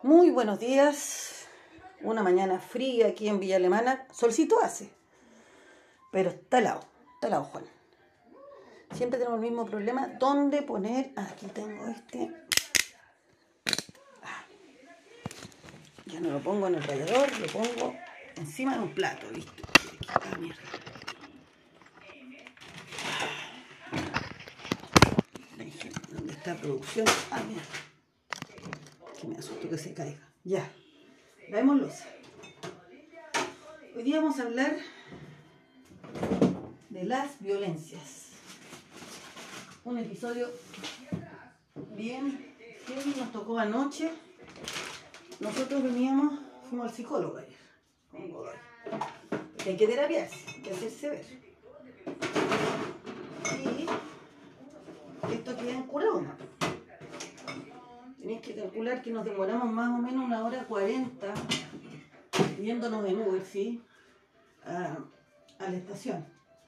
Muy buenos días, una mañana fría aquí en Villa Alemana, solcito hace, pero está helado Juan. Siempre tenemos el mismo problema, ¿dónde poner? Aquí tengo este. Ya no lo pongo en el rallador, lo pongo encima de un plato, ¿viste? Ah, mierda. ¿Dónde está producción? Ah, mierda. Que me asusto que se caiga. Ya, lavemos loza. Hoy día vamos a hablar de las violencias. Un episodio bien heavy nos tocó anoche. Nosotros fuimos al psicólogo ayer, con Godoy. Hay que terapiarse, hay que hacerse ver. Y esto queda en Curauma. Tenéis que calcular que nos demoramos más o menos 1 hora 40 yéndonos en Uber, ¿sí? A la estación.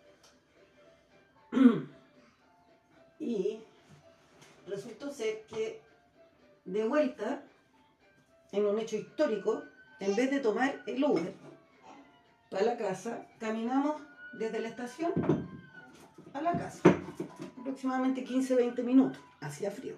Y resultó ser que de vuelta, en un hecho histórico, en vez de tomar el Uber para la casa, caminamos desde la estación a la casa, aproximadamente 15-20 minutos, hacía frío.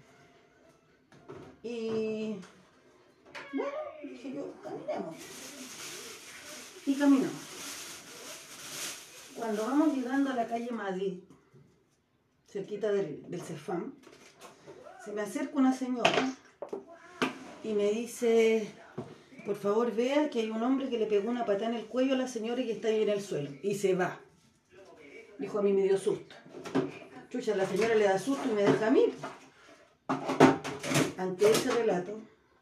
Y bueno, dije yo, caminemos. Y caminamos. Cuando vamos llegando a la calle Madrid, cerquita del Cefam, se me acerca una señora y me dice: por favor vea que hay un hombre que le pegó una patada en el cuello a la señora y que está ahí en el suelo. Y se va. Dijo, a mí me dio susto. Chucha, la señora le da susto y me deja a mí. Ante ese relato,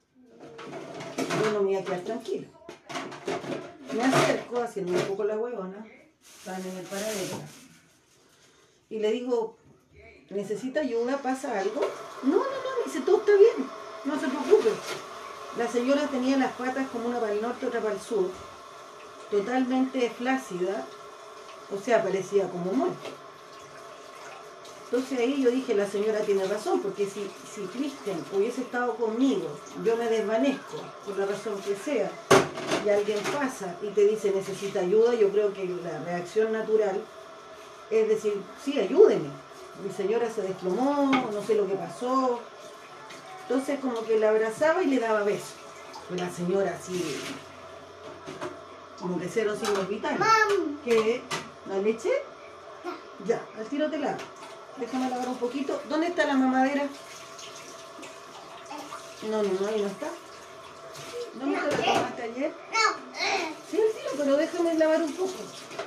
yo no me iba a quedar tranquila. Me acerco, haciendo un poco la huevona, están en el paradero, y le digo, ¿necesita ayuda? ¿Pasa algo? No, me dice, todo está bien, no se preocupe. La señora tenía las patas como una para el norte, otra para el sur, totalmente flácida, o sea, parecía como muerta. Entonces ahí yo dije, la señora tiene razón, porque si Kristen hubiese estado conmigo, yo me desvanezco, por la razón que sea, y alguien pasa y te dice necesita ayuda, yo creo que la reacción natural es decir, sí, ayúdeme. Mi señora se desplomó, no sé lo que pasó. Entonces como que la abrazaba y le daba besos. La señora así, como que cero signos vitales. ¿Qué? ¿La leche? Ya, al tiro te la. Déjame lavar un poquito. ¿Dónde está la mamadera? No, ahí no está. ¿Dónde te la tomaste ayer? Sí, al tiro, pero déjame lavar un poco.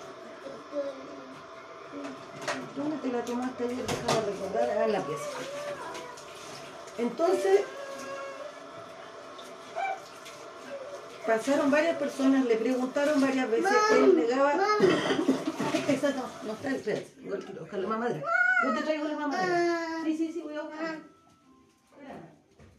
¿Dónde te la tomaste ayer? Déjame recordar. En la pieza. Entonces, pasaron varias personas, le preguntaron varias veces, él negaba. Esa no está el frente. Igual quiero buscar la mamadera. Yo te traigo la mamadera. Sí, voy a buscar. Espérame.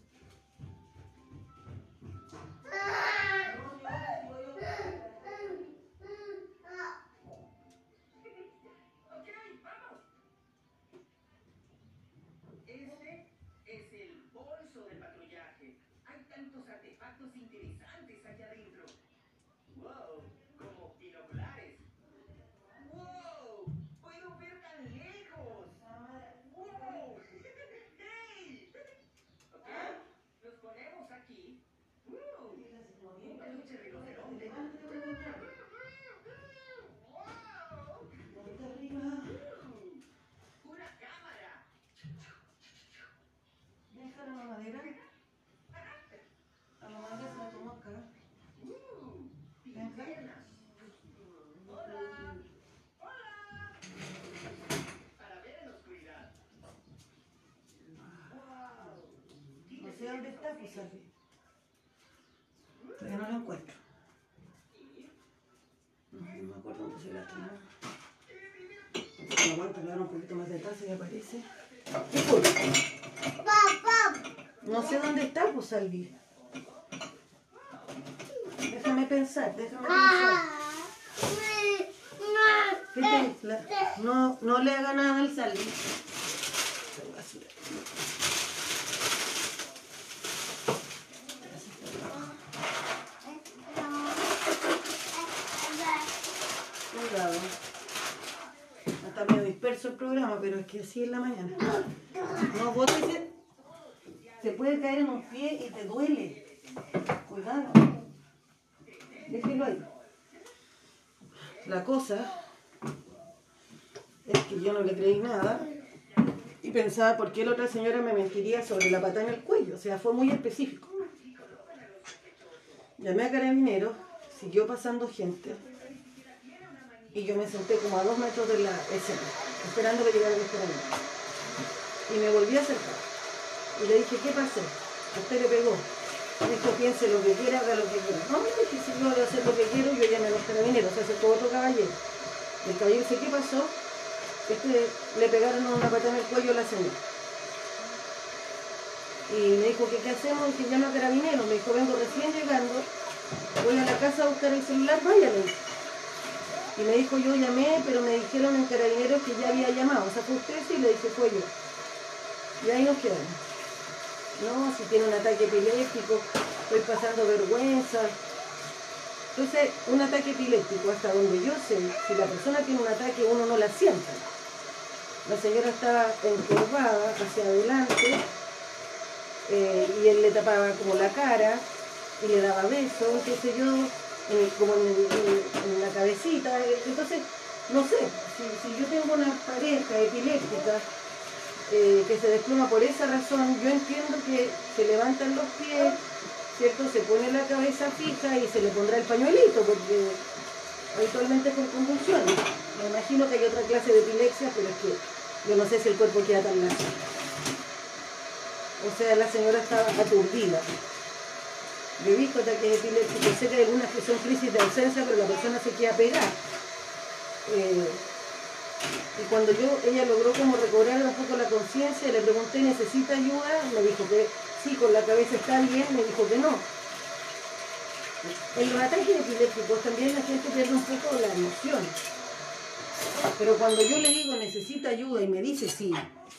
¿Dónde está? Pues aquí. Todavía no lo encuentro. No me acuerdo dónde se la tomó. No aguanta, le dan un poquito más de taza y aparece. No sé dónde está, pues Salvi. Déjame pensar. No le haga nada al Salvi. pero es que así es la mañana. No, bótese. Te puede caer en un pie y te duele. Cuidado. Déjelo ahí. La cosa es que yo no le creí nada y pensaba por qué la otra señora me mentiría sobre la patada en el cuello. O sea, fue muy específico. Llamé a Carabineros, siguió pasando gente y yo me senté como a 2 metros de la escena, esperando que llegaran los carabineros. Y me volví a acercar y le dije, ¿qué pasó? Usted le pegó. Esto piense lo que quiera, haga lo que quiera. No, me dije, si yo voy a hacer lo que quiero, yo llamé a los carabineros, se acercó otro caballero. El caballero dice, ¿qué pasó? Le pegaron una patada en el cuello a la señora. Y me dijo, ¿qué hacemos? Y que llama a Carabineros. Me dijo, vengo recién llegando, voy a la casa a buscar el celular, váyale. Y me dijo, yo llamé, pero me dijeron en Carabineros que ya había llamado. O sea, fue usted, sí, le dije, fue yo. Y ahí nos quedamos. No, si tiene un ataque epiléptico, estoy pasando vergüenza. Entonces, un ataque epiléptico, hasta donde yo sé, si la persona tiene un ataque, uno no la sienta. La señora estaba encorvada hacia adelante y él le tapaba como la cara y le daba besos, entonces yo, como en la cabecita, entonces, no sé, si yo tengo una pareja epiléptica, que se desploma por esa razón, yo entiendo que se levantan los pies, ¿cierto? Se pone la cabeza fija y se le pondrá el pañuelito, porque habitualmente con convulsiones. Me imagino que hay otra clase de epilepsia, pero es que yo no sé si el cuerpo queda tan largo. O sea, la señora estaba aturdida. Yo he visto ataques epilépticos, sé que hay algunas que son crisis de ausencia, pero la persona se queda pegada. Y cuando ella logró como recobrar un poco la conciencia, le pregunté, ¿necesita ayuda? Me dijo que sí, con la cabeza está bien, me dijo que no. En los ataques epilépticos también la gente pierde un poco la emoción. Pero cuando yo le digo, necesita ayuda, y me dice sí,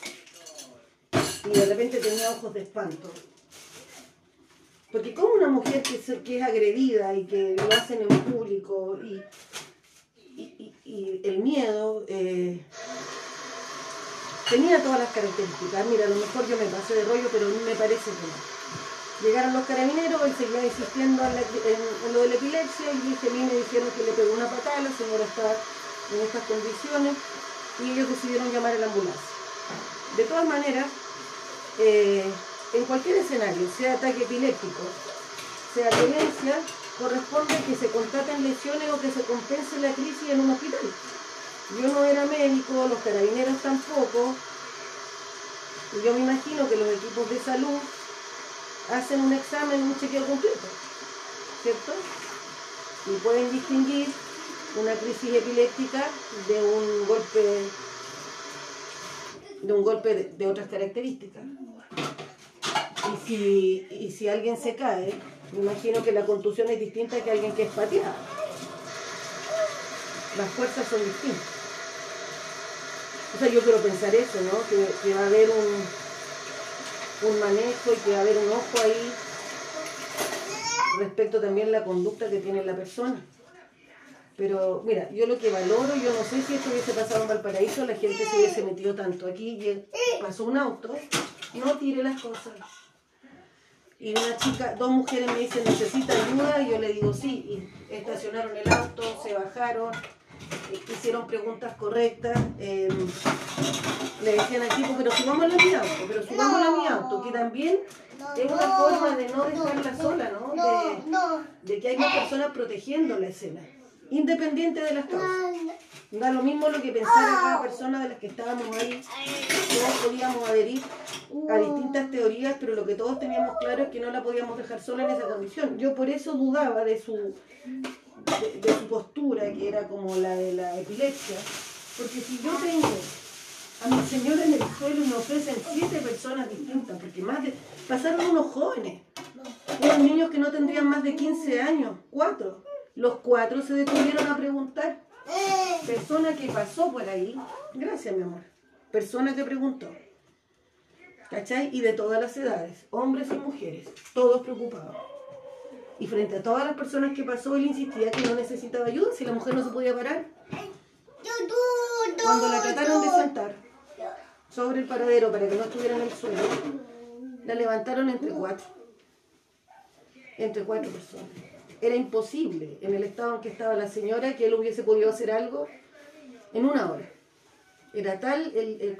y de repente tenía ojos de espanto. Porque como una mujer que es agredida y que lo hacen en público y el miedo tenía todas las características. Mira, a lo mejor yo me pasé de rollo, pero me parece que no. Llegaron los carabineros y seguía insistiendo en lo de la epilepsia y dije, a mí me dijeron que le pegó una patada, la señora está en estas condiciones y ellos decidieron llamar a la ambulancia. De todas maneras, en cualquier escenario, sea ataque epiléptico, sea violencia, corresponde que se contraten lesiones o que se compense la crisis en un hospital. Yo no era médico, los carabineros tampoco, y yo me imagino que los equipos de salud hacen un examen, un chequeo completo, ¿cierto? Y pueden distinguir una crisis epiléptica de un golpe de otras características. Y si alguien se cae, me imagino que la contusión es distinta que alguien que es pateado. Las fuerzas son distintas. O sea, yo quiero pensar eso, ¿no? Que va a haber un manejo y que va a haber un ojo ahí respecto también a la conducta que tiene la persona. Pero mira, yo lo que valoro, yo no sé si esto hubiese pasado en Valparaíso, la gente se hubiese metido tanto. Aquí pasó un auto, no tire las cosas. Y una chica, 2 mujeres me dicen, ¿necesita ayuda? Y yo le digo sí, y estacionaron el auto, se bajaron, hicieron preguntas correctas, le decían al tipo, pero subámosla a mi auto, que también es una forma de no dejarla sola, ¿no? De que hay más personas protegiendo la escena, independiente de las causas. Da lo mismo lo que pensara cada persona de las que estábamos ahí. Todos podíamos adherir a distintas teorías, pero lo que todos teníamos claro es que no la podíamos dejar sola en esa condición. Yo por eso dudaba de su postura, que era como la de la epilepsia, porque si yo tengo a mi señora en el suelo y me ofrecen 7 personas distintas, porque pasaron unos jóvenes, unos niños que no tendrían más de 15 años, 4, los 4 se detuvieron a preguntar. Persona que pasó por ahí, gracias mi amor, persona que preguntó, ¿cachai? Y de todas las edades, hombres y mujeres, todos preocupados. Y frente a todas las personas que pasó, él insistía que no necesitaba ayuda, si la mujer no se podía parar. Cuando la trataron de sentar, sobre el paradero para que no estuviera en el suelo, la levantaron entre cuatro personas. Era imposible, en el estado en que estaba la señora, que él hubiese podido hacer algo en una hora. Era tal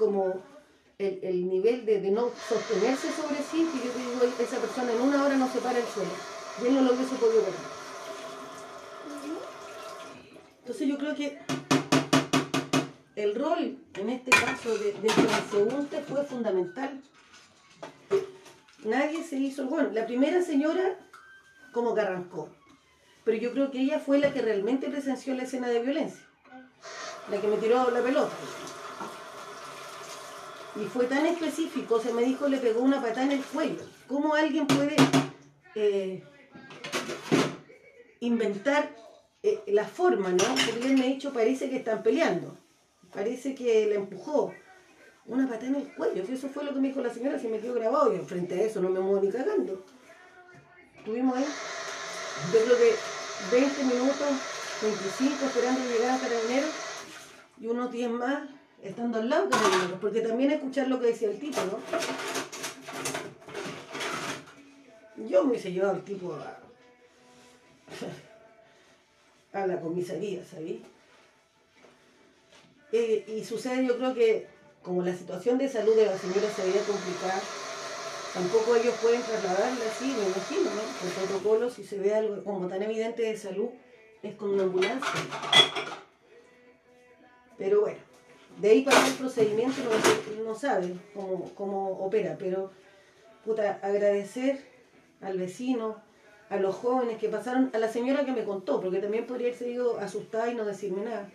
el nivel de no sostenerse sobre sí, que yo te digo, esa persona en una hora no se para el suelo. Y él no lo hubiese podido parar. Entonces yo creo que el rol, en este caso, de transeúnte fue fundamental. Nadie se hizo... Bueno, la primera señora como que arrancó. Pero yo creo que ella fue la que realmente presenció la escena de violencia. La que me tiró la pelota. Y fue tan específico, o sea, me dijo, le pegó una patada en el cuello. ¿Cómo alguien puede inventar la forma, no? Porque él me ha dicho, parece que están peleando. Parece que la empujó. Una patada en el cuello. Si eso fue lo que me dijo la señora, se me quedó grabado. Y frente a eso no me muevo ni cagando. Estuvimos ahí, yo creo que 20 minutos, 25, esperando que llegaran carabineros. Y unos 10 más estando al lado de carabineros. Porque también escuchar lo que decía el tipo, ¿no? Yo me hubiese llevado al tipo a la comisaría, ¿sabí? Y sucede, yo creo que como la situación de salud de la señora se veía complicada, tampoco ellos pueden trasladarla así, me imagino, ¿no? Por protocolo, si se ve algo como tan evidente de salud, es con una ambulancia. Pero bueno, de ahí para el procedimiento no sabe cómo opera, pero puta, agradecer al vecino, a los jóvenes que pasaron, a la señora que me contó, porque también podría haberse ido asustada y no decirme nada.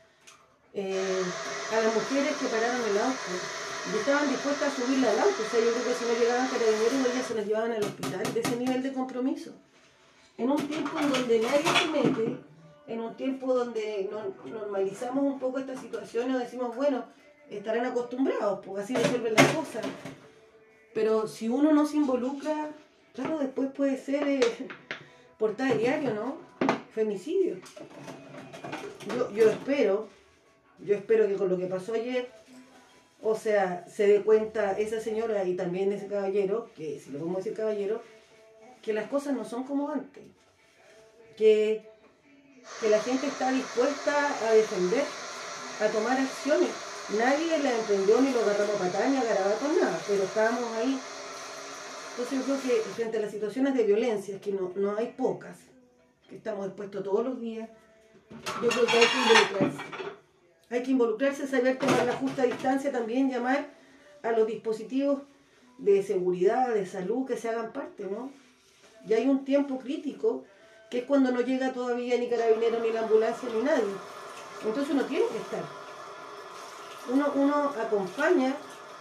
A las mujeres que pararon el auto y estaban dispuestas a subirla al auto. O sea, yo creo que si no llegaban carabineros, ellas se las llevaban al hospital, de ese nivel de compromiso. En un tiempo en donde nadie se mete, en un tiempo donde normalizamos un poco esta situación y decimos, bueno, estarán acostumbrados, pues así resuelven las cosas. Pero si uno no se involucra, claro, después puede ser portada de diario, ¿no? Femicidio. Yo espero que con lo que pasó ayer, o sea, se dé cuenta esa señora y también ese caballero, que si lo podemos decir caballero, que las cosas no son como antes. Que la gente está dispuesta a defender, a tomar acciones. Nadie la emprendió ni lo agarramos a patada ni a garabatos, nada, pero estábamos ahí. Entonces yo creo que frente a las situaciones de violencia, que no hay pocas, que estamos expuestos todos los días, yo creo que hay que involucrarse. Hay que involucrarse, saber tomar la justa distancia, también llamar a los dispositivos de seguridad, de salud, que se hagan parte, ¿no? Y hay un tiempo crítico, que es cuando no llega todavía ni carabinero, ni la ambulancia, ni nadie. Entonces uno tiene que estar. Uno acompaña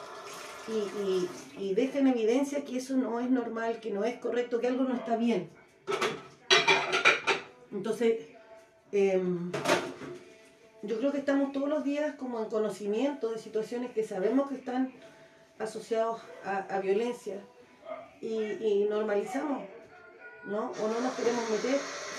y deja en evidencia que eso no es normal, que no es correcto, que algo no está bien. Entonces, yo creo que estamos todos los días como en conocimiento de situaciones que sabemos que están asociados a violencia y normalizamos, ¿no? O no nos queremos meter.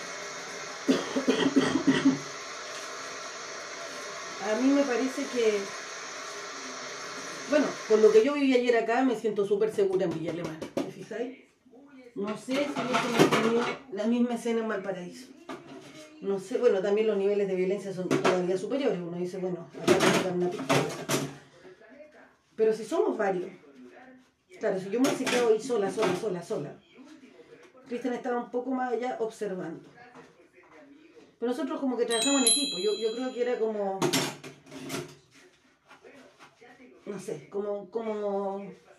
A mí me parece que, bueno, con lo que yo viví ayer acá me siento súper segura en Villa Alemana, ¿me fijáis? No sé si hubiese tenido la misma escena en Valparaíso. No sé, bueno, también los niveles de violencia son todavía superiores. Uno dice, bueno, acá tengo que dar una pistola. Pero si somos varios, claro, si yo me hubiese quedado ahí sola, Cristian estaba un poco más allá observando. Pero nosotros como que trabajamos en equipo. Yo creo que era como, no sé, ¿cómo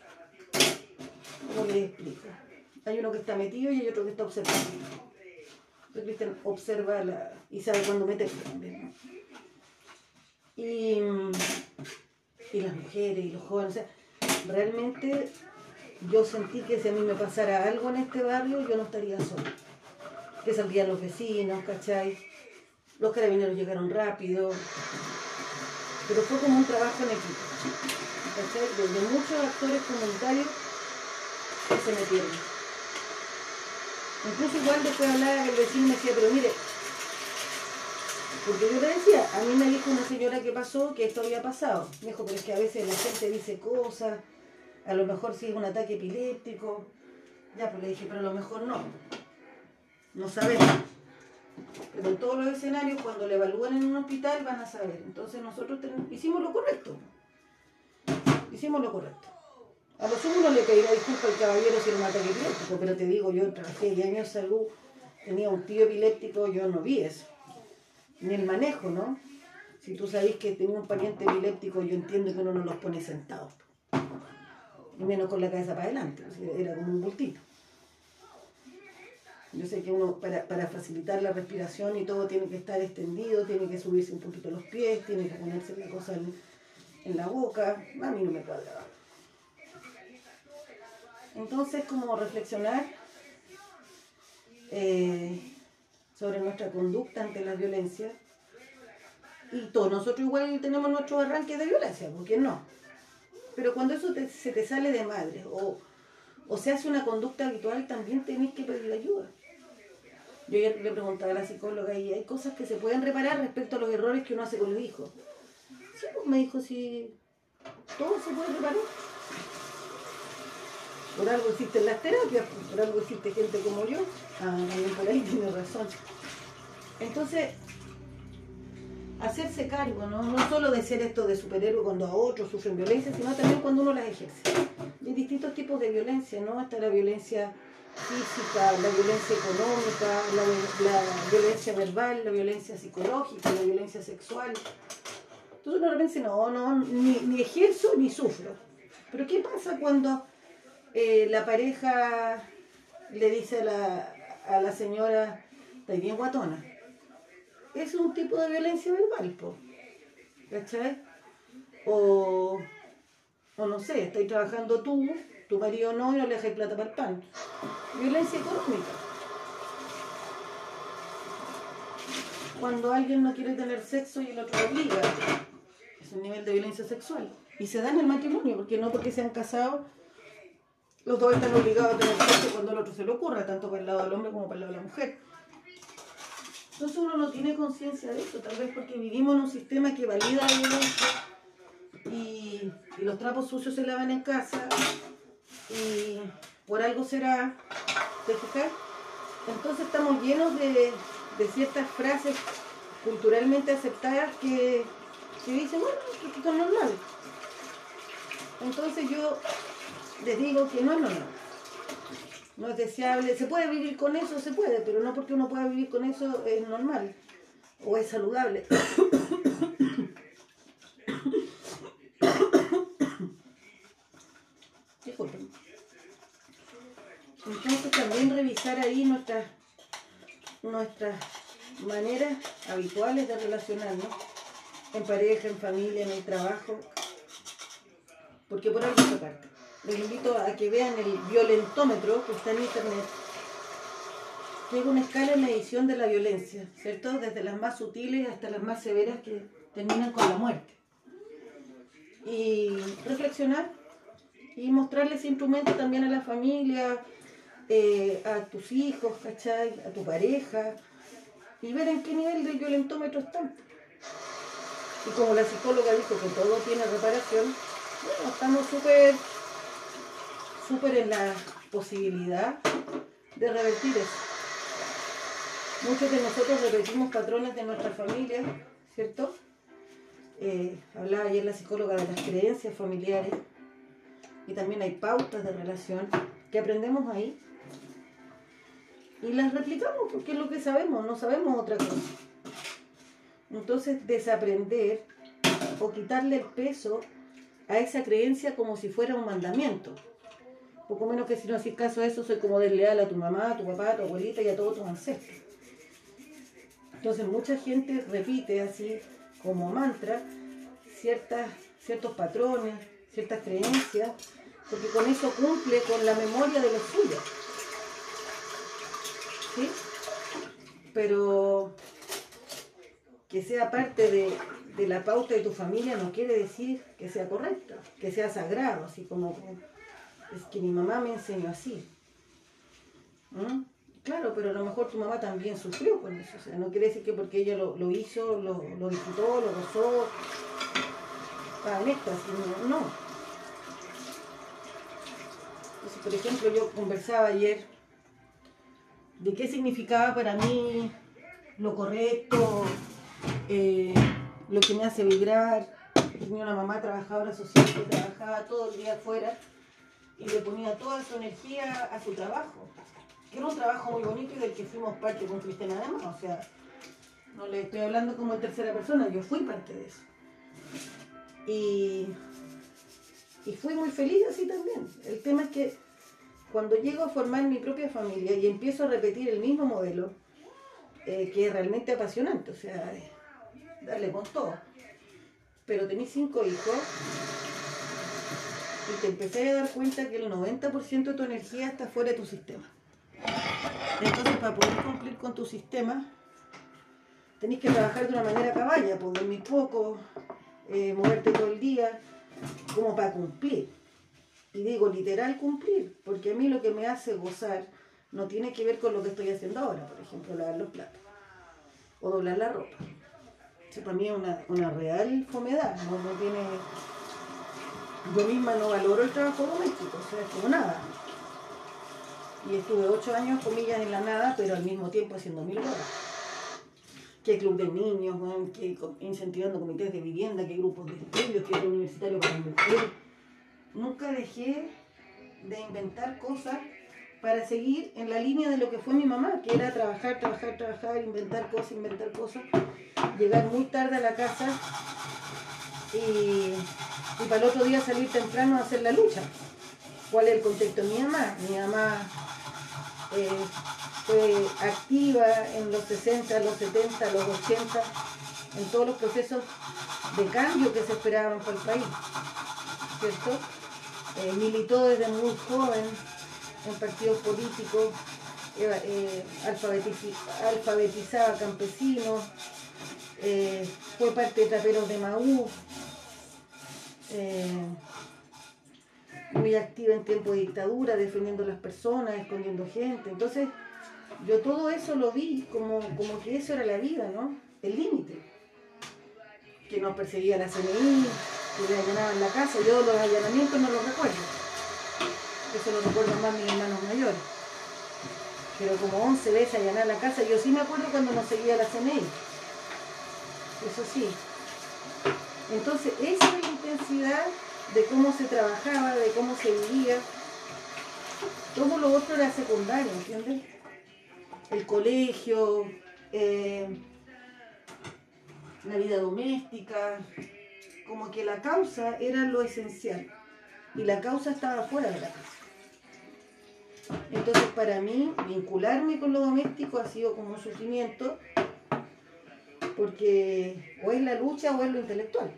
les explico? Hay uno que está metido y hay otro que está observando. Cristian observa y sabe cuándo meterse también, ¿no? Y las mujeres y los jóvenes, o sea, realmente yo sentí que si a mí me pasara algo en este barrio, yo no estaría sola. Que saldrían los vecinos, ¿cachai? Los carabineros llegaron rápido, pero fue como un trabajo en equipo, ¿cachai? Donde muchos actores comunitarios que se metieron. Incluso igual después hablaba que el vecino me decía, pero mire, Porque yo le decía, a mí me dijo una señora que pasó que esto había pasado. Me dijo, pero es que a veces la gente dice cosas, a lo mejor sí es un ataque epiléptico. Ya, pues le dije, pero a lo mejor no. No sabemos. Pero en todos los escenarios, cuando le evalúan en un hospital, van a saber. Entonces nosotros hicimos lo correcto. Hicimos lo correcto. A lo sumo no le pedirá disculpas al caballero si era un ataque epiléptico, pero te digo, yo trabajé 10 años en salud, tenía un tío epiléptico, yo no vi eso. Ni el manejo, ¿no? Si tú sabés que tenía un pariente epiléptico, yo entiendo que uno no los pone sentados. Y menos con la cabeza para adelante, o sea, era como un bultito. Yo sé que uno, para facilitar la respiración y todo, tiene que estar extendido, tiene que subirse un poquito los pies, tiene que ponerse la cosa en la boca. A mí no me cuadraba. Entonces, como reflexionar sobre nuestra conducta ante la violencia. Y todos nosotros igual tenemos nuestros arranques de violencia, ¿por qué no? Pero cuando eso se te sale de madre o se hace una conducta habitual, también tenés que pedir ayuda. Yo ayer le preguntaba a la psicóloga y hay cosas que se pueden reparar respecto a los errores que uno hace con los hijos. Sí, pues me dijo, sí, todo se puede reparar. Por algo existen las terapias, por algo existe gente como yo. También por ahí tiene razón. Entonces, hacerse cargo, ¿no? No solo de ser esto de superhéroe cuando a otros sufren violencia, sino también cuando uno las ejerce. Hay distintos tipos de violencia, ¿no? Está la violencia física, la violencia económica, la violencia verbal, la violencia psicológica, la violencia sexual. Entonces uno de repente dice, no, ni ejerzo ni sufro. Pero ¿qué pasa cuando la pareja le dice a la señora, ¿estás bien guatona? Es un tipo de violencia verbal, po, ¿cachai? O no sé, estáis trabajando tú, tu marido no, y no le dejáis plata para el pan. Violencia económica. Cuando alguien no quiere tener sexo y el otro lo obliga, es un nivel de violencia sexual. Y se da en el matrimonio, porque no porque se han casado, los dos están obligados a tener sexo cuando al otro se le ocurra, tanto para el lado del hombre como para el lado de la mujer. Entonces uno no tiene conciencia de eso, tal vez porque vivimos en un sistema que valida la violencia y los trapos sucios se lavan en casa y por algo será, ¿te fijas? Entonces estamos llenos de ciertas frases culturalmente aceptadas que dicen, bueno, esto es normal. Entonces yo les digo que no es normal. No es deseable, se puede vivir con eso, se puede, pero no porque uno pueda vivir con eso es normal o es saludable. Disculpen. Entonces también revisar ahí nuestras maneras habituales de relacionarnos en pareja, en familia, en el trabajo, porque por algo se parte. Les invito a que vean el violentómetro que está en internet, que es una escala de medición de la violencia, ¿cierto? Desde las más sutiles hasta las más severas que terminan con la muerte. Y reflexionar y mostrarle ese instrumento también a la familia, a tus hijos, ¿cachai? A tu pareja, y ver en qué nivel del violentómetro están. Y como la psicóloga dijo que todo tiene reparación, bueno, estamos súper en la posibilidad de revertir eso. Muchos de nosotros repetimos patrones de nuestra familia, ¿cierto? Hablaba ayer la psicóloga de las creencias familiares y también hay pautas de relación que aprendemos ahí y las replicamos porque es lo que sabemos, no sabemos otra cosa. Entonces desaprender o quitarle el peso a esa creencia como si fuera un mandamiento. Poco menos que si no haces caso a eso, soy como desleal a tu mamá, a tu papá, a tu abuelita y a todos tus ancestros. Entonces mucha gente repite así como mantra ciertos patrones, ciertas creencias, porque con eso cumple con la memoria de los suyos. ¿Sí? Pero que sea parte de la pauta de tu familia no quiere decir que sea correcta, que sea sagrado, así como es que mi mamá me enseñó así. Claro, pero a lo mejor tu mamá también sufrió con eso. O sea, no quiere decir que porque ella lo hizo, lo disfrutó, lo gozó, estaba en éxtasis, no. Entonces, por ejemplo, yo conversaba ayer de qué significaba para mí lo correcto, lo que me hace vibrar. Tenía una mamá trabajadora social que trabajaba todo el día afuera y le ponía toda su energía a su trabajo, que era un trabajo muy bonito y del que fuimos parte con Cristian además. O sea, no le estoy hablando como en tercera persona, yo fui parte de eso. Y fui muy feliz así también. El tema es que cuando llego a formar mi propia familia y empiezo a repetir el mismo modelo, que es realmente apasionante, o sea, darle con todo. Pero tenés 5 hijos y te empecé a dar cuenta que el 90% de tu energía está fuera de tu sistema. Entonces, para poder cumplir con tu sistema, tenés que trabajar de una manera caballa, pues dormir poco, moverte todo el día, como para cumplir. Y digo literal cumplir, porque a mí lo que me hace gozar no tiene que ver con lo que estoy haciendo ahora, por ejemplo, lavar los platos o doblar la ropa. Eso para mí es una real fomedad, no tiene... Yo misma no valoro el trabajo doméstico, o sea, es como nada. Y estuve 8 años, comillas, en la nada, pero al mismo tiempo haciendo 1000 horas. Que club de niños, que incentivando comités de vivienda, que grupos de estudios, que universitario para mujeres. Nunca dejé de inventar cosas para seguir en la línea de lo que fue mi mamá, que era trabajar, inventar cosas, llegar muy tarde a la casa y para el otro día salir temprano a hacer la lucha. ¿Cuál es el contexto de mi mamá? Mi mamá fue activa en los 60, los 70, los 80, en todos los procesos de cambio que se esperaban para el país, ¿cierto? Militó desde muy joven en partidos políticos, alfabetizaba campesinos, fue parte de Traperos de Maú, muy activa en tiempo de dictadura, defendiendo a las personas, escondiendo gente. Entonces, yo todo eso lo vi como que eso era la vida, ¿no? El límite. Que nos perseguía la CNI, que le allanaban la casa. Yo los allanamientos no los recuerdo. Eso lo recuerdan más mis hermanos mayores. Pero como 11 veces allanar la casa, yo sí me acuerdo cuando nos seguía la CNI. Eso sí. Entonces, esa es la intensidad de cómo se trabajaba, de cómo se vivía. Todo lo otro era secundario, ¿entiendes? El colegio, la vida doméstica, como que la causa era lo esencial y la causa estaba fuera de la casa. Entonces, para mí, vincularme con lo doméstico ha sido como un sufrimiento, porque o es la lucha o es lo intelectual.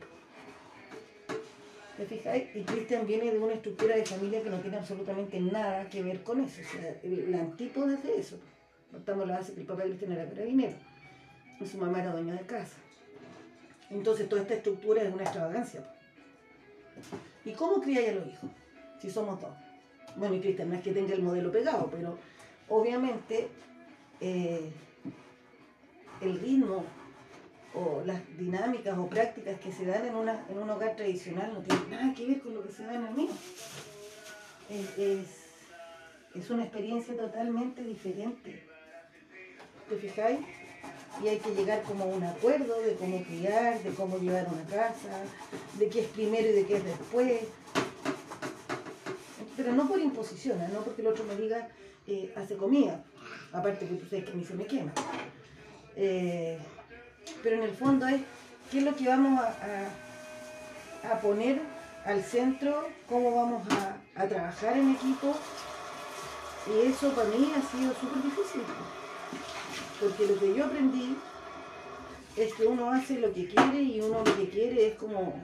¿Te fijáis? Y Cristian viene de una estructura de familia que no tiene absolutamente nada que ver con eso. O sea, la antípoda de eso. Partamos la base que el papá de Cristian era carabinero y su mamá era dueña de casa. Entonces toda esta estructura es una extravagancia. ¿Y cómo crías a los hijos? Si somos dos. Bueno, y Cristian no es que tenga el modelo pegado, pero obviamente el ritmo o las dinámicas o prácticas que se dan en un hogar tradicional no tienen nada que ver con lo que se da en el mío. Es una experiencia totalmente diferente. ¿Te fijáis? Y hay que llegar como a un acuerdo de cómo criar, de cómo llevar una casa, de qué es primero y de qué es después. Pero no por imposición, no porque el otro me diga, hace comida. Aparte que tú sabes que a mí se me quema. Pero en el fondo es qué es lo que vamos a poner al centro, cómo vamos a trabajar en equipo. Y eso para mí ha sido súper difícil. Porque lo que yo aprendí es que uno hace lo que quiere y uno lo que quiere es como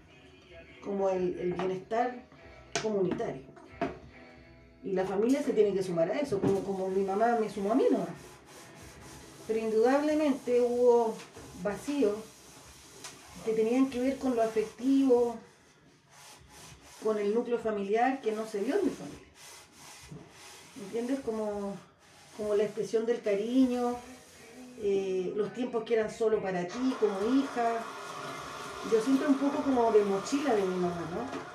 el bienestar comunitario. Y la familia se tiene que sumar a eso, como mi mamá me sumó a mí, ¿no? Pero indudablemente hubo vacíos que tenían que ver con lo afectivo, con el núcleo familiar que no se dio en mi familia. ¿Entiendes? Como como la expresión del cariño, los tiempos que eran solo para ti como hija. Yo siento un poco como de mochila de mi mamá, ¿no?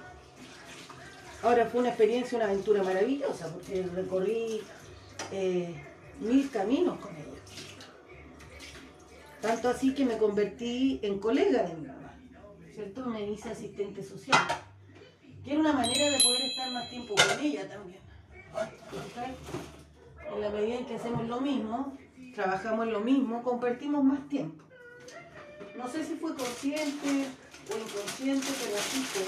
Ahora fue una experiencia, una aventura maravillosa, porque recorrí 1000 caminos con ella. Tanto así que me convertí en colega de mi mamá, ¿cierto? Me hice asistente social, que era una manera de poder estar más tiempo con ella también. ¿Okay? En la medida en que hacemos lo mismo, trabajamos en lo mismo, compartimos más tiempo. No sé si fue consciente o inconsciente, pero así fue.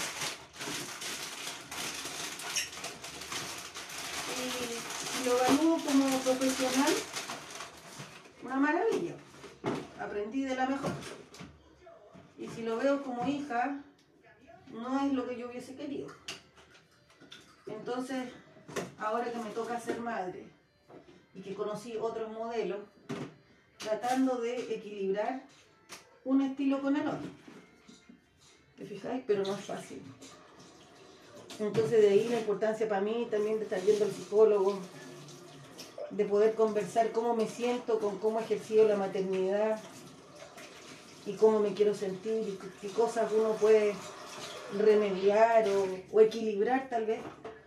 Y lo evalúo como profesional, una maravilla. Aprendí de la mejor. Y si lo veo como hija, no es lo que yo hubiese querido. Entonces, ahora que me toca ser madre y que conocí otros modelos, tratando de equilibrar un estilo con el otro. ¿Te fijáis? Pero no es fácil. Entonces de ahí la importancia para mí también de estar yendo al psicólogo, de poder conversar cómo me siento con cómo he ejercido la maternidad y cómo me quiero sentir y qué cosas uno puede remediar o equilibrar tal vez.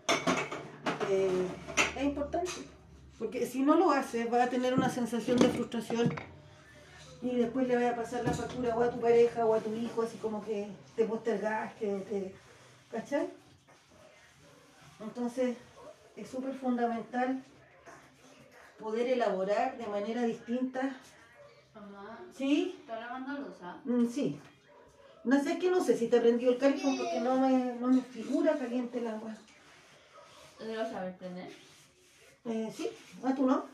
Es importante, porque si no lo haces vas a tener una sensación de frustración y después le vas a pasar la factura o a tu pareja o a tu hijo, así como que te postergaste, ¿cachai? Entonces es súper fundamental poder elaborar de manera distinta. Mamá, ¿Sí? ¿estás lavando losa? Sí. No sé, que no sé si te prendió el califón porque no me figura caliente el agua. ¿Lo sabes prender? Sí, tú no.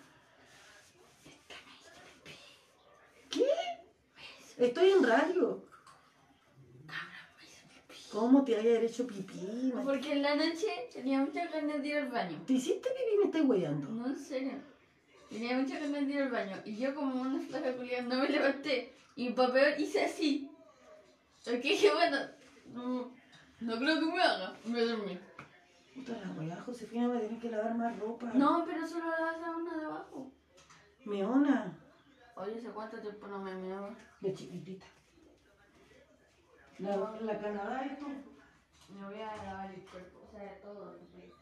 ¿Qué? Estoy en radio. ¿Cómo te haya hecho pipí? Porque en la noche tenía muchas ganas de ir al baño. ¿Te hiciste pipí? Me estás hueando. No, en serio. Tenía muchas ganas de ir al baño. Y yo como una flaca culiada no me levanté. Y para peor hice así. Porque dije, bueno, no creo que me haga. Me dormí. Puta la weá, Josefina, me tienes que lavar más ropa. No, pero solo la sábana de abajo. Meona. Oye, ¿hace cuánto tiempo no me meaba? De chiquitita. La Canadá esto. Me voy a lavar el cuerpo, o sea, todo.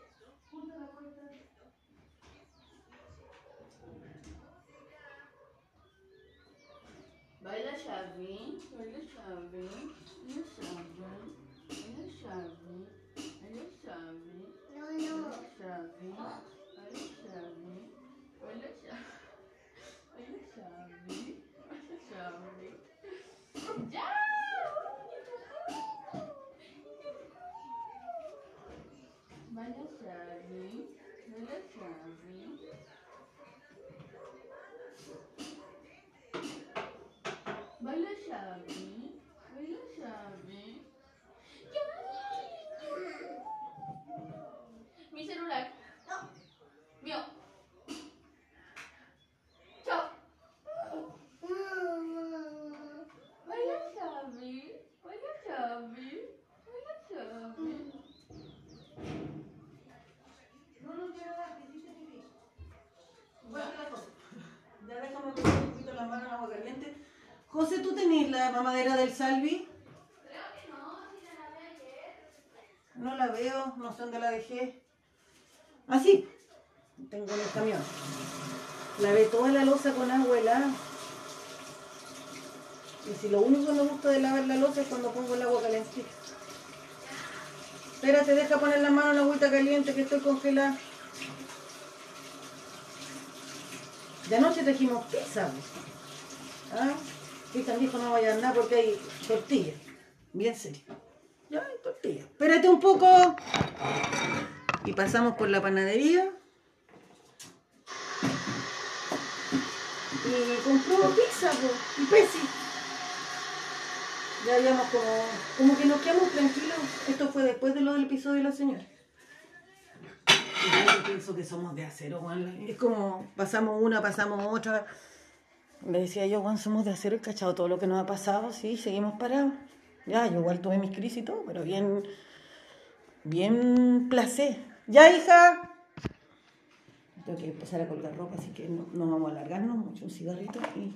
Baila Xavi, baila Xavi, baila Xavi, baila Xavi, baila Xavi, baila Xavi, baila Xavi, baila Xavi, baila Xavi. ¡Ya! Baila Xavi, baila Xavi. Baila Xavi, baila Xavi. Mi celular. No. Mío. Chao. Baila Xavi, baila Xavi, baila Xavi. No quiero dar, que hiciste pipí. Bueno, la cosa. Ya déjame poner un poquito la mano en agua caliente. José, ¿tú tenés la mamadera del Salvi? Creo que no, si la lavé ayer. No la veo, no sé dónde la dejé. Ah, sí, tengo en el camión. Lavé toda la loza con agua helada. Y si lo único que me gusta de lavar la loza es cuando pongo el agua calentita. Espérate, deja poner la mano en la agüita caliente que estoy congelada. De anoche trajimos pizza. ¿Ah? Pizza dijo no vaya a nada porque hay tortillas. Bien serio. Ya hay tortillas. Espérate un poco. Y pasamos por la panadería. Y compró pizza y Pepsi. Ya habíamos como que nos quedamos tranquilos. Esto fue después de lo del episodio de la señora. Y yo pienso que somos de acero, Juan. Es como pasamos una, pasamos otra. Le decía yo, Juan, somos de acero, y cachado todo lo que nos ha pasado, sí, seguimos parados. Ya, yo igual tuve mis crisis y todo, pero bien placer. Ya, hija. Tengo que empezar a colgar ropa, así que no vamos a alargarnos mucho. Un cigarrito y...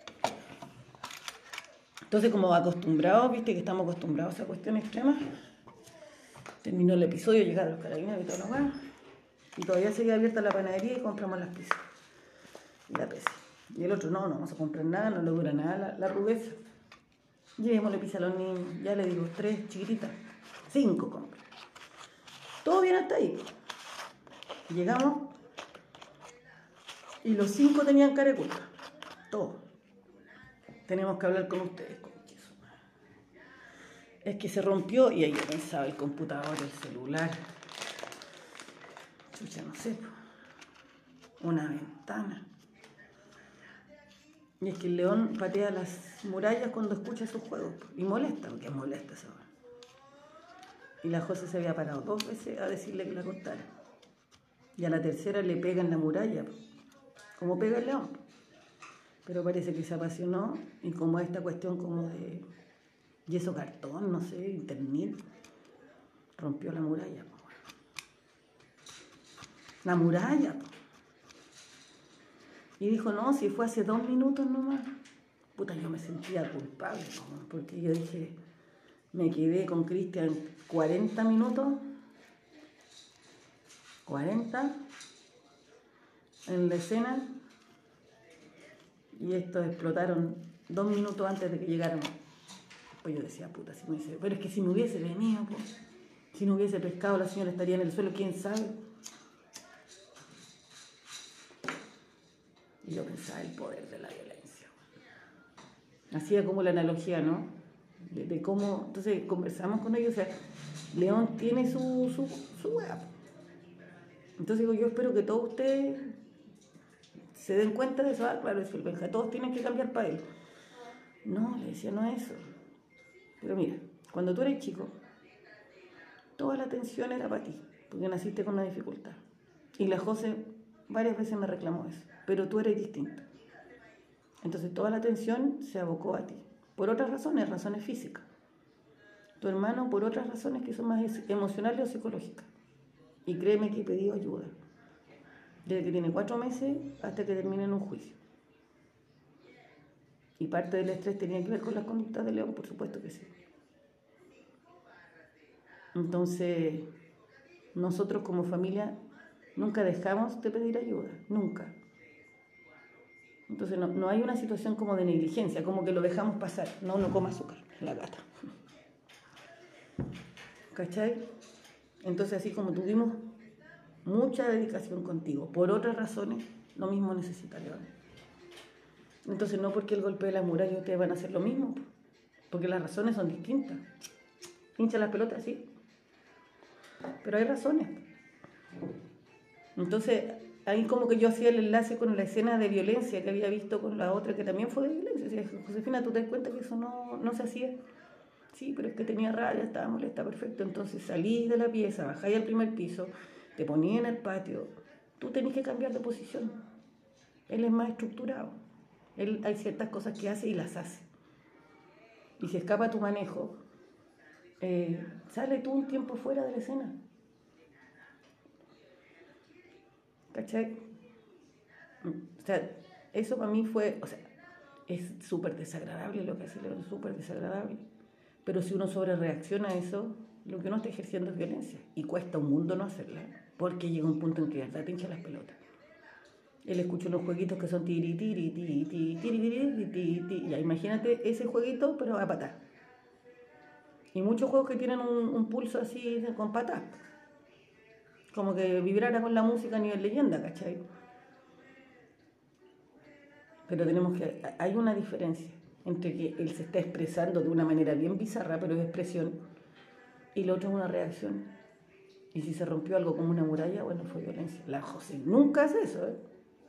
Entonces, como acostumbrados, viste que estamos acostumbrados a esa cuestión extrema, terminó el episodio, llegaron los carabineros y todo lo demás, y todavía seguía abierta la panadería y compramos las pizzas y la pesa. Y el otro, no vamos a comprar nada, no le dura nada la rudeza. Llevémosle pizza a los niños, ya le digo, 3 chiquititas, 5 compras. Todo bien hasta ahí. Llegamos y los 5 tenían cara de culpa, todos. Tenemos que hablar con ustedes. Es que se rompió y ahí yo pensaba el computador, el celular. Chucha, no sé. Una ventana. Y es que el león patea las murallas cuando escucha sus juegos. Y molesta, porque es molesta esa hora. Y la José se había parado 2 veces a decirle que la cortara. Y a la tercera le pega en la muralla, como pega el león. Pero parece que se apasionó y como esta cuestión como de yeso cartón, no sé, internet, rompió la muralla. La muralla. Y dijo, no, si fue hace 2 minutos nomás. Puta, yo me sentía culpable, ¿no? Porque yo dije, me quedé con Cristian 40 minutos, 40 en la escena. Y estos explotaron 2 minutos antes de que llegáramos. Pues yo decía, puta, si me dice, pero es que si me hubiese venido, pues, si no hubiese pescado, la señora estaría en el suelo, quién sabe. Y yo pensaba el poder de la violencia. Hacía como la analogía, ¿no? De cómo, entonces conversamos con ellos, o sea, León tiene su wea. Entonces digo, yo espero que todos ustedes se den cuenta de eso. Ah, claro, es el Benja, todos tienen que cambiar para él. No, le decía, no es eso. Pero mira, cuando tú eres chico, toda la atención era para ti, porque naciste con una dificultad. Y la José varias veces me reclamó eso, pero tú eres distinta. Entonces toda la atención se abocó a ti, por otras razones físicas. Tu hermano por otras razones que son más emocionales o psicológicas. Y créeme que he pedido ayuda, desde que tiene 4 meses hasta que termine en un juicio. Y parte del estrés tenía que ver con las conductas de León, por supuesto que sí. Entonces, nosotros como familia nunca dejamos de pedir ayuda, nunca. Entonces, no hay una situación como de negligencia, como que lo dejamos pasar. No coma azúcar, la gata. ¿Cachai? Entonces, así como tuvimos mucha dedicación contigo, por otras razones, lo mismo necesita León. Entonces, no porque el golpe de la muralla ustedes van a hacer lo mismo, porque las razones son distintas. Hincha las pelotas, sí, pero hay razones. Entonces, ahí como que yo hacía el enlace con la escena de violencia que había visto con la otra que también fue de violencia. Decía, Josefina, ¿tú te das cuenta que eso no se hacía? Sí, pero es que tenía rabia, estaba molesta, perfecto. Entonces salís de la pieza, bajáis al primer piso, te ponías en el patio. Tú tenés que cambiar de posición. Él es más estructurado. Él hay ciertas cosas que hace y las hace. Y si escapa tu manejo, sale tú un tiempo fuera de la escena. ¿Cachai? O sea, eso para mí fue, o sea, es súper desagradable lo que hace León, súper desagradable. Pero si uno sobre reacciona a eso, lo que uno está ejerciendo es violencia. Y cuesta un mundo no hacerla, porque llega un punto en que de verdad te hincha las pelotas. Él escucha unos jueguitos que son tiri, tiri, tiri, tiri, tiri, tiri, tiri, tiri. Ya, imagínate ese jueguito, pero a patar. Y muchos juegos que tienen un pulso así con patas. Como que vibrara con la música a nivel leyenda, ¿cachai? Pero hay una diferencia entre que él se está expresando de una manera bien bizarra, pero es expresión, y lo otro es una reacción. Y si se rompió algo como una muralla, bueno, fue violencia. La José nunca hace eso, ¿eh?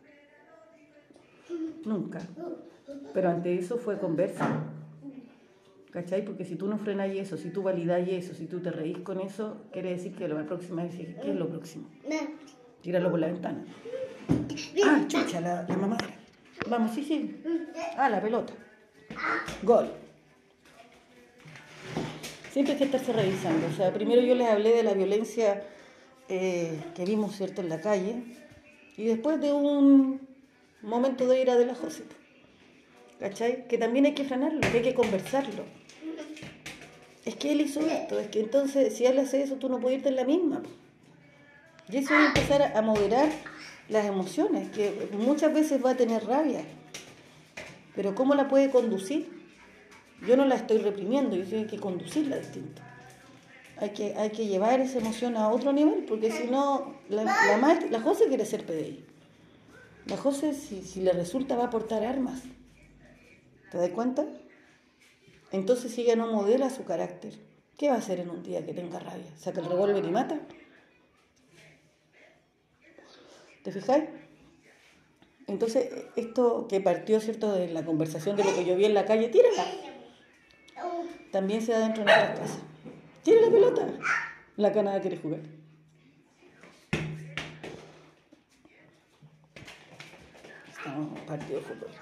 Nunca. Pero ante eso fue conversa. ¿Cachai? Porque si tú no frenas eso, si tú validas eso, si tú te reís con eso, quiere decir que la próxima vez, ¿qué es lo próximo? Tíralo por la ventana. Ah, chucha, la mamadera. Vamos, sí. Ah, la pelota. Gol. Siempre hay que estarse revisando. O sea, primero yo les hablé de la violencia que vimos, ¿cierto?, en la calle. Y después de un momento de ira de la José, ¿cachai? Que también hay que frenarlo, que hay que conversarlo. Es que él hizo esto, es que entonces si él hace eso, tú no puedes irte en la misma. Y eso es empezar a moderar las emociones, que muchas veces va a tener rabia. Pero ¿cómo la puede conducir? Yo no la estoy reprimiendo, yo tengo que conducirla distinto. Hay que llevar esa emoción a otro nivel, porque si no, la José quiere ser PDI. La José, si le resulta, va a portar armas. ¿Te das cuenta? Entonces, si ella no modela su carácter, ¿qué va a hacer en un día que tenga rabia? ¿Saca el revólver y mata? ¿Te fijáis? Entonces, esto que partió, ¿cierto?, de la conversación de lo que yo vi en la calle, tírala. También se da dentro de nuestras casas. Tira la pelota. La canada quiere jugar. Estamos en un partido de fútbol.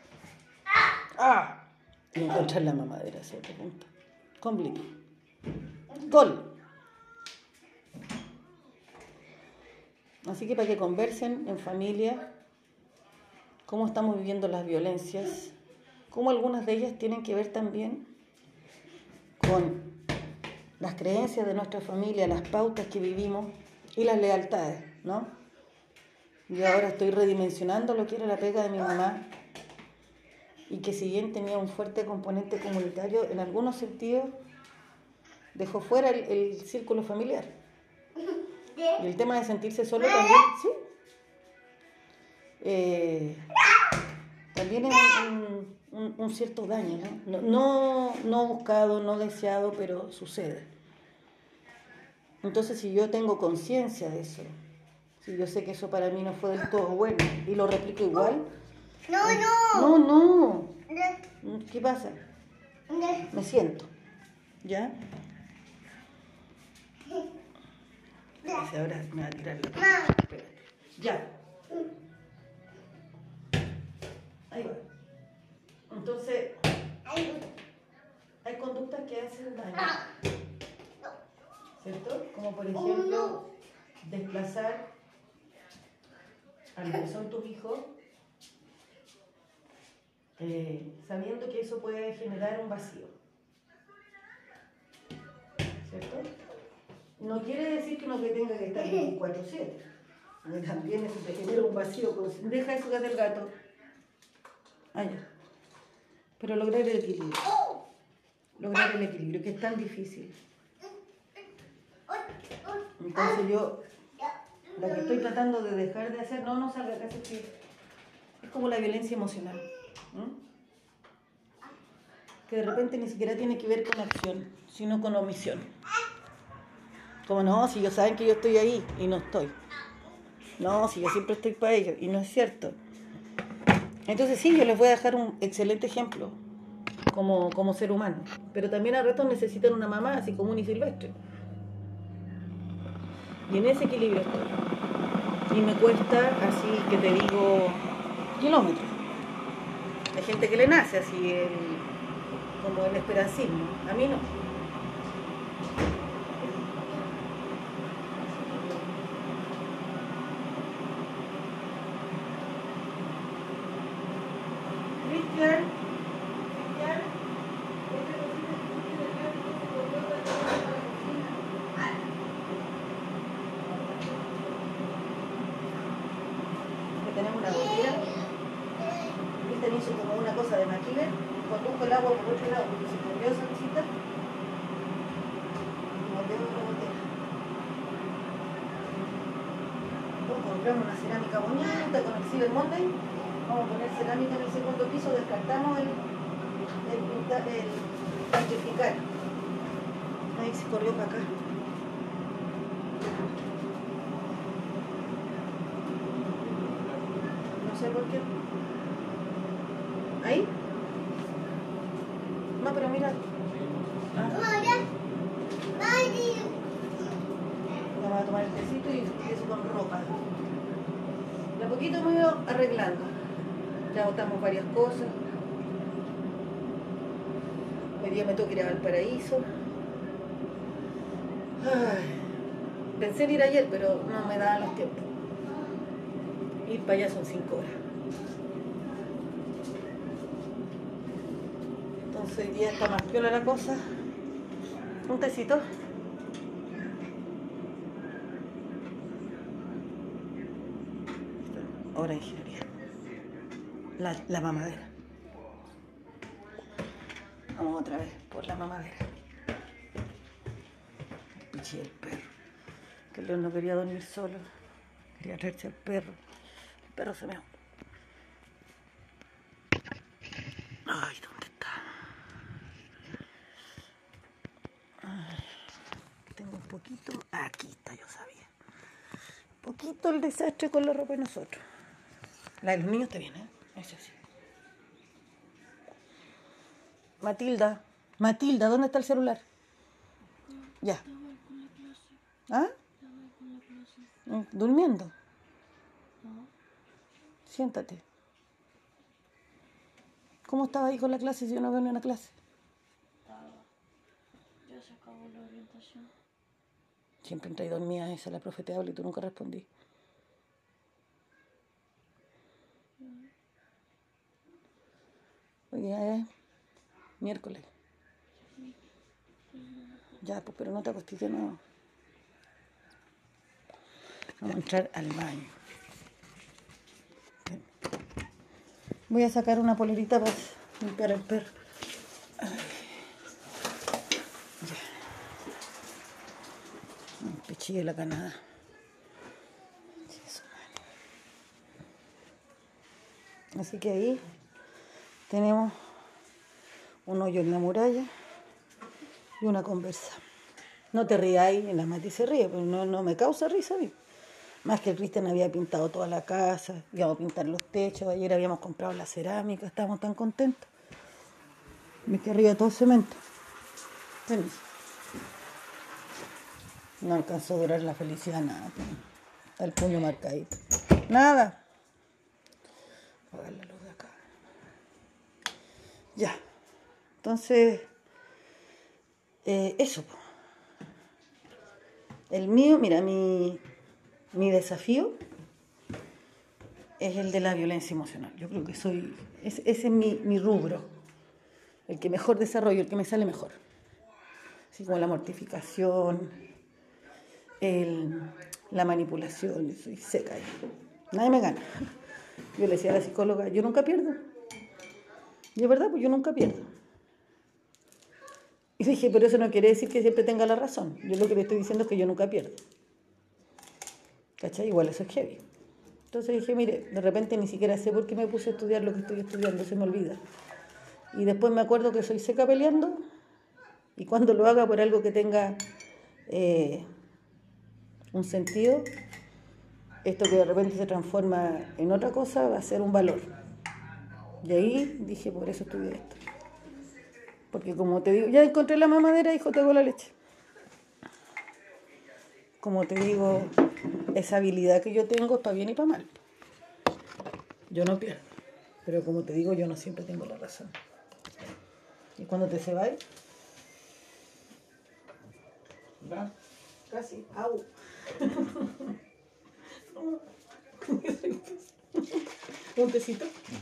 ¡Ah! Y encontrar la mamadera, ese otro punto. Completo. Gol. Así que para que conversen en familia cómo estamos viviendo las violencias, cómo algunas de ellas tienen que ver también con las creencias de nuestra familia, las pautas que vivimos y las lealtades, ¿no? Yo ahora estoy redimensionando lo que era la pega de mi mamá y que si bien tenía un fuerte componente comunitario, en algunos sentidos dejó fuera el círculo familiar. Y el tema de sentirse solo también, sí. También es un cierto daño, ¿no? No buscado, no deseado, pero sucede. Entonces, si yo tengo conciencia de eso, si yo sé que eso para mí no fue del todo bueno y lo replico igual. No. ¿Qué pasa? Me siento. ¿Ya? Ahora me va a tirar la pelota. Espérate. Ya. Ahí va. Entonces, hay conductas que hacen daño, ¿cierto? Como por ejemplo, desplazar a los que son tus hijos, sabiendo que eso puede generar un vacío, ¿cierto? No quiere decir que uno que tenga que estar 24/7. También eso te genera un vacío. Deja eso que hace el gato. Allá. Pero lograr el equilibrio. Lograr el equilibrio, que es tan difícil. Entonces yo, lo que estoy tratando de dejar de hacer, no salga casi que es como la violencia emocional. Que de repente ni siquiera tiene que ver con acción, sino con omisión. Como no, si ellos saben que yo estoy ahí y no estoy. No, si yo siempre estoy para ellos y no es cierto. Entonces sí, yo les voy a dejar un excelente ejemplo como ser humano. Pero también a ratos necesitan una mamá así común y silvestre. Y en ese equilibrio estoy. Y me cuesta, así que te digo, kilómetros. Hay gente que le nace así, como el esperancismo. A mí no. Tenemos una botella, Cristian hizo como una cosa de maquiller, condujo el agua por otro lado porque se comió esa cosita y volvió otra botella. Luego compramos una cerámica bonita con el Cyber Monday, vamos a poner cerámica en el segundo piso, descartamos el petrificar. Ahí se corrió para acá. No sé por qué. ¿Ahí? No, pero mira. Vamos a tomar el tecito y eso con ropa. De a poquito me voy arreglando. Ya botamos varias cosas. Hoy día me tengo que ir a Valparaíso. Ay, pensé en ir ayer, pero no me daban los tiempos. Ir para allá son 5 horas. Entonces hoy día está más piola la cosa. Un tecito. Ahora ingeniería. La mamadera. Vamos otra vez por la mamadera. El pichi del perro. Que el león no quería dormir solo. Quería traerse al perro. El perro se meó. Ay, ¿dónde está? Ay, tengo un poquito. Aquí está, yo sabía. Un poquito el desastre con la ropa de nosotros. La de los niños está bien, ¿eh? Eso sí. Matilda, ¿dónde está el celular? Ya. ¿Ah? ¿Durmiendo? Siéntate. ¿Cómo estaba ahí con la clase si yo no veo ni una clase? Ya se acabó la orientación. Siempre entré dormida esa, la profe te habla y tú nunca respondí. Hoy día es miércoles. Ya, pues, pero no te acostes de nuevo. Vamos a entrar al baño. Bien. Voy a sacar una polerita para limpiar el perro. Ay. Ya. Un pechillo de la canada. Así que ahí tenemos un hoyo en la muralla y una conversa. No te rías, la Mati se ríe, pero no me causa risa a mí. Más que el Cristian había pintado toda la casa, íbamos a pintar los techos, ayer habíamos comprado la cerámica, estábamos tan contentos. Me quedé arriba todo cemento. Feliz. No alcanzó a durar la felicidad nada. Está el puño marcadito. Nada. Apagar la luz de acá. Ya. Entonces, eso. El mío, mira, mi desafío es el de la violencia emocional. Yo creo que ese es mi rubro, el que mejor desarrollo, el que me sale mejor. Así como la mortificación, la manipulación, yo soy seca ahí. Nadie me gana. Yo le decía a la psicóloga, yo nunca pierdo. Y es verdad, pues yo nunca pierdo. Y dije, pero eso no quiere decir que siempre tenga la razón. Yo lo que le estoy diciendo es que yo nunca pierdo. ¿Cachai? Igual eso es heavy. Entonces dije, mire, de repente ni siquiera sé por qué me puse a estudiar lo que estoy estudiando, se me olvida. Y después me acuerdo que soy seca peleando y cuando lo haga por algo que tenga un sentido, esto que de repente se transforma en otra cosa va a ser un valor. Y ahí dije, por eso estudié esto. Porque como te digo, ya encontré la mamadera, hijo, te hago la leche. Como te digo, esa habilidad que yo tengo es para bien y para mal. Yo no pierdo. Pero como te digo, yo no siempre tengo la razón. Y cuando te se va, ¿va? Casi, au. Un tecito.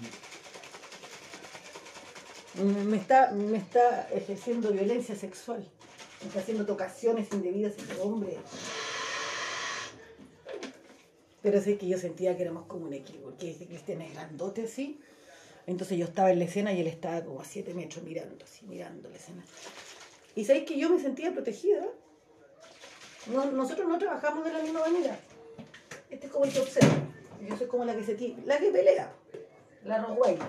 Me está ejerciendo violencia sexual. Me está haciendo tocaciones indebidas ese hombre. Pero sé que yo sentía que éramos como un equipo, porque ese Cristian es grandote así. Entonces yo estaba en la escena y él estaba como a 7 metros mirando la escena. Y sabéis que yo me sentía protegida. Nosotros no trabajamos de la misma manera. Este es como el que observa. Yo soy como la que pelea. La roguaina.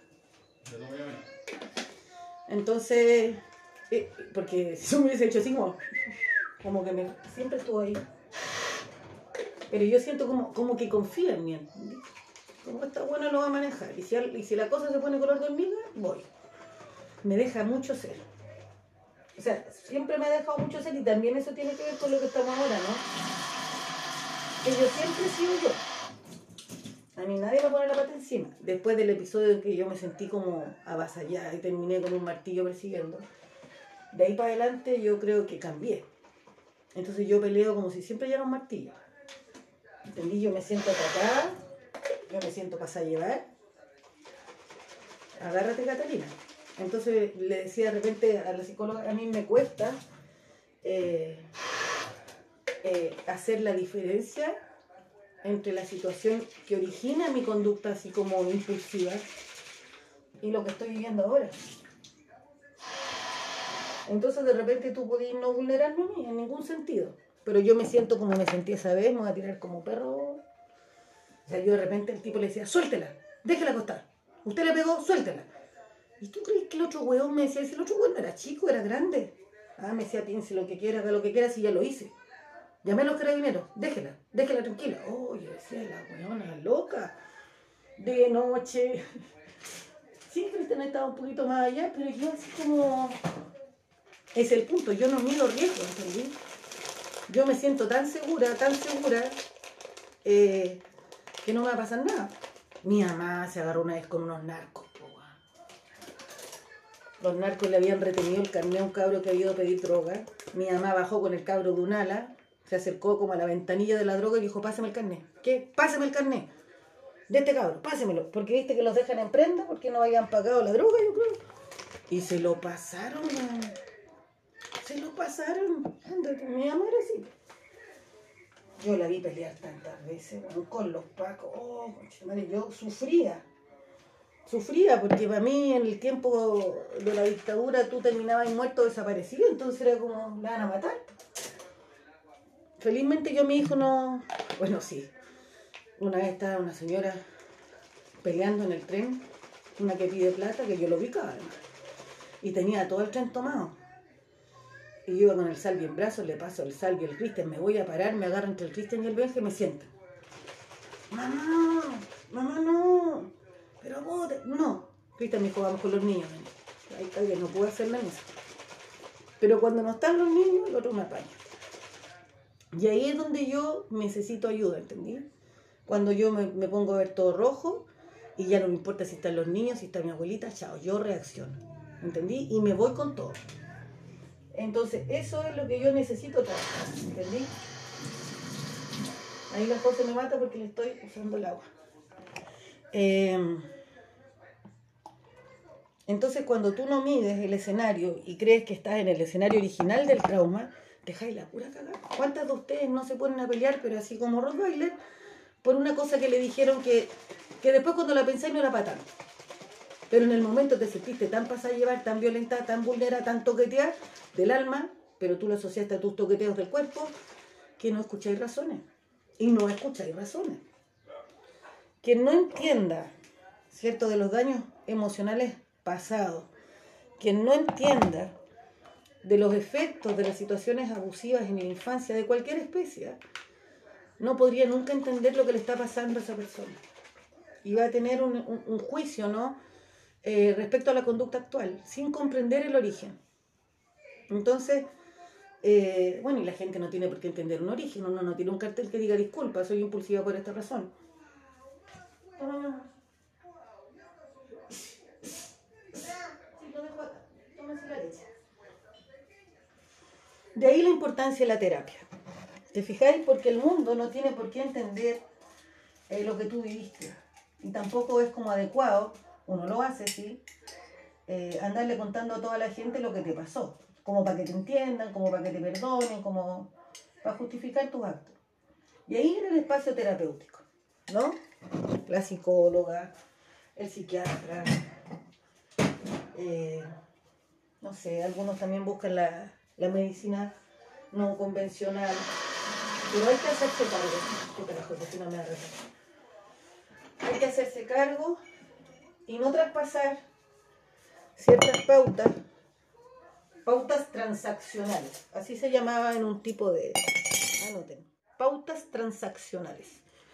Entonces, porque si yo me hubiese hecho así como que siempre estuvo ahí. Pero yo siento como que confía en mí. ¿Entendí? Como está bueno lo va a manejar. Y si la cosa se pone color de hormiga, voy. Me deja mucho ser. O sea, siempre me ha dejado mucho ser y también eso tiene que ver con lo que estamos ahora, ¿no? Que yo siempre he sido yo. A mí nadie me pone la pata encima. Después del episodio en que yo me sentí como avasallada y terminé con un martillo persiguiendo, de ahí para adelante yo creo que cambié. Entonces yo peleo como si siempre ya era un martillo. ¿Entendí? Yo me siento atacada Yo me siento pasada a llevar. Agárrate, Catalina. Entonces le decía de repente a la psicóloga, a mí me cuesta hacer la diferencia entre la situación que origina mi conducta así como impulsiva y lo que estoy viviendo ahora. Entonces de repente tú podías no vulnerarme a mí en ningún sentido, pero yo me siento como me sentí esa vez, me voy a tirar como perro. O sea, yo de repente el tipo le decía, suéltela, déjela acostar, usted le pegó, suéltela. ¿Y tú crees que el otro hueón me decía, si el otro hueón no era chico, era grande? Ah, me decía, piense lo que quiera, haga lo que quiera, si ya lo hice. Llamé a los carabineros, déjela tranquila. Oh, yo decía, la hueona loca, de noche. Sí, Cristian estaba un poquito más allá, pero yo así como... Es el punto, yo no mido riesgos, ¿entendí? Yo me siento tan segura, que no me va a pasar nada. Mi mamá se agarró una vez con unos narcos. Los narcos le habían retenido el carnet a un cabro que había ido a pedir droga. Mi mamá bajó con el cabro de un ala, se acercó como a la ventanilla de la droga y dijo, pásame el carnet. ¿Qué? Pásame el carnet de este cabro, pásemelo. Porque viste que los dejan en prenda porque no habían pagado la droga, yo creo. Y se lo pasaron, se lo pasaron. Ándate, mi mamá era así. Yo la vi pelear tantas veces, bueno, con los pacos. Oh, madre, yo sufría porque para mí en el tiempo de la dictadura tú terminabas muerto o desaparecido, entonces era como, la van a matar. Felizmente yo mi hijo no... Bueno, sí. Una vez estaba una señora peleando en el tren, una que pide plata, que yo lo ubicaba además, y tenía todo el tren tomado. Y yo iba con el Salvi en brazos, le paso el Salvi al Cristian, me voy a parar, me agarro entre el Cristian y el Benja y me siento. Mamá no, pero vos, no. Cristian me dijo, vamos con los niños. Ahí está bien, no puedo hacer la misa. Pero cuando no están los niños, el otro me apaña. Y ahí es donde yo necesito ayuda, ¿entendí? Cuando yo me pongo a ver todo rojo y ya no me importa si están los niños, si está mi abuelita, chao, yo reacciono, ¿entendí? Y me voy con todo. Entonces, eso es lo que yo necesito trabajar, ¿entendí? Ahí la José me mata porque le estoy usando el agua. Entonces, cuando tú no mides el escenario y crees que estás en el escenario original del trauma, dejáis la pura cagada. ¿Cuántas de ustedes no se ponen a pelear, pero así como Rottweiler, por una cosa que le dijeron que después cuando la pensáis no era para tanto? Pero en el momento te sentiste tan pasada a llevar, tan violenta, tan vulnerada, tan toqueteada del alma, pero tú lo asociaste a tus toqueteos del cuerpo, que no escucháis razones. Y no escucháis razones. Quien no entienda, ¿cierto?, de los daños emocionales pasados, quien no entienda de los efectos de las situaciones abusivas en la infancia de cualquier especie, no podría nunca entender lo que le está pasando a esa persona. Y va a tener un juicio, ¿no?, respecto a la conducta actual, sin comprender el origen. Entonces, bueno, y la gente no tiene por qué entender un origen, uno no tiene un cartel que diga disculpa, soy impulsiva por esta razón. De ahí la importancia de la terapia. ¿Te fijáis? Porque el mundo no tiene por qué entender lo que tú viviste. Y tampoco es como adecuado, uno lo hace, ¿sí?, andarle contando a toda la gente lo que te pasó. Como para que te entiendan, como para que te perdonen, como para justificar tus actos. Y ahí viene el espacio terapéutico, ¿no? La psicóloga, el psiquiatra, no sé, algunos también buscan la medicina no convencional, pero hay que hacerse cargo. ¿Qué carajo? Si no me da razón. Hay que hacerse cargo y no traspasar ciertas pautas transaccionales. Así se llamaba en un tipo de... Anoten. Pautas transaccionales.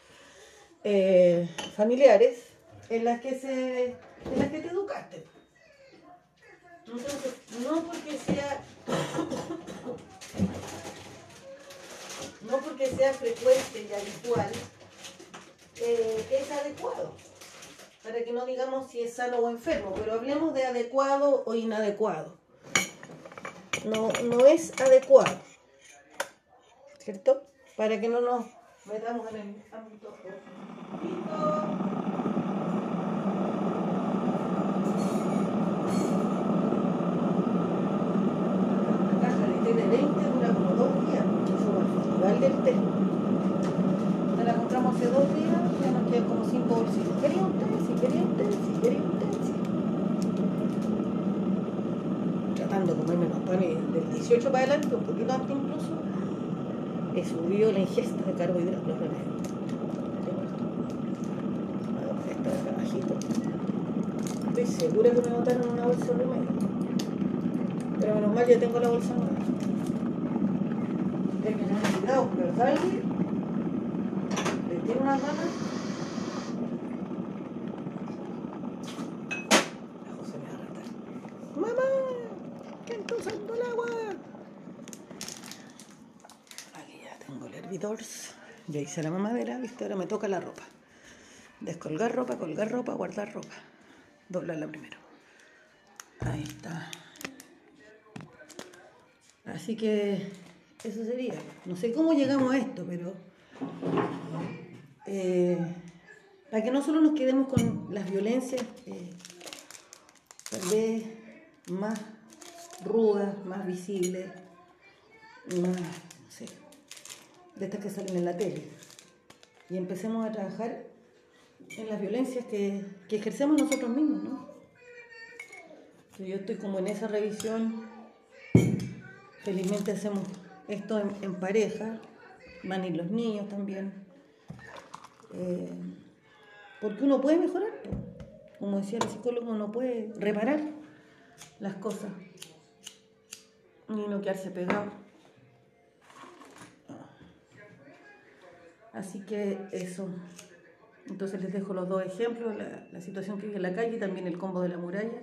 Familiares en las que te educaste. Entonces, no porque sea frecuente y habitual, es adecuado. Para que no digamos si es sano o enfermo, pero hablemos de adecuado o inadecuado. No es adecuado, ¿cierto? Para que no nos metamos en el ámbito. ¿Listo? traía como 5 bolsitas. ¿Quería un Tesi? ¿Quería un Tesi? ¿Quería un Tesi? Tratando de comerme los panes del 18 para adelante, un poquito antes incluso, he subido la ingesta de carbohidratos, los remedios. Esta de acá abajito. Estoy segura que me botaron una bolsa de remedio. Pero menos mal ya tengo la bolsa nueva. Hay que tener cuidado, pero ¿sabes qué? Le tiene unas ganas. La José me va a retar. ¡Mamá! ¿Quién está usando el agua? Aquí ya tengo el hervidor. Ya hice la mamadera, ¿viste? Ahora me toca la ropa. Descolgar ropa, colgar ropa, guardar ropa. Doblarla primero. Ahí está. Así que eso sería. No sé cómo llegamos a esto, pero para que no solo nos quedemos con las violencias tal vez más rudas, más visibles, más, no sé, de estas que salen en la tele, y empecemos a trabajar en las violencias que ejercemos nosotros mismos, ¿no? Yo estoy como en esa revisión. Felizmente hacemos esto en pareja, van a ir los niños también, porque uno puede mejorar, como decía el psicólogo, uno puede reparar las cosas y no quedarse pegado. Así que eso. Entonces les dejo los dos ejemplos, la situación que vive en la calle y también el combo de la muralla.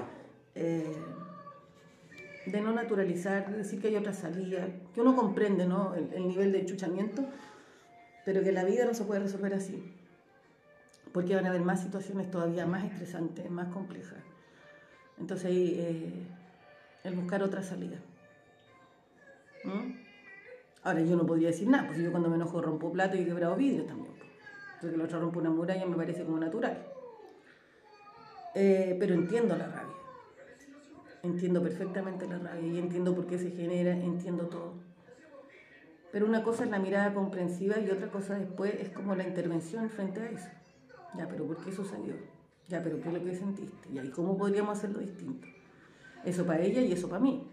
De no naturalizar, de decir que hay otra salida, que uno comprende, ¿no? el nivel de enchuchamiento, pero que la vida no se puede resolver así, porque van a haber más situaciones todavía más estresantes, más complejas. Entonces ahí el buscar otra salida. Ahora yo no podría decir nada, porque yo cuando me enojo rompo plato y he quebrado vidrio también, porque el otro rompe una muralla me parece como natural. Pero entiendo la rabia. Entiendo perfectamente la rabia y entiendo por qué se genera, entiendo todo. Pero una cosa es la mirada comprensiva y otra cosa después es como la intervención frente a eso. Ya, pero ¿por qué sucedió? Ya, pero ¿qué es lo que sentiste? Ya, ¿y cómo podríamos hacerlo distinto? Eso para ella y eso para mí.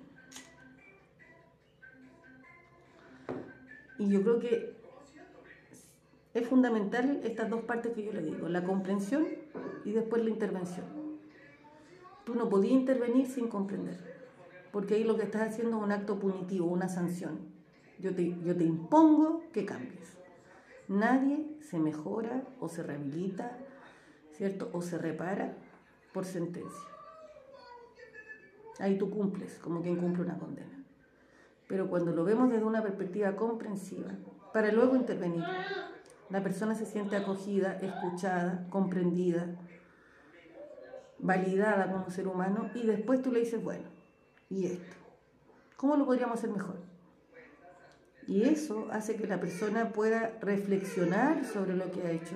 Y yo creo que es fundamental estas dos partes que yo le digo, la comprensión y después la intervención. Tú no podías intervenir sin comprender, porque ahí lo que estás haciendo es un acto punitivo, una sanción. Yo te impongo que cambies. Nadie se mejora o se rehabilita, ¿cierto? O se repara por sentencia. Ahí tú cumples, como quien cumple una condena. Pero cuando lo vemos desde una perspectiva comprensiva, para luego intervenir, la persona se siente acogida, escuchada, comprendida, validada como ser humano, y después tú le dices, bueno, ¿y esto? ¿Cómo lo podríamos hacer mejor? Y eso hace que la persona pueda reflexionar sobre lo que ha hecho.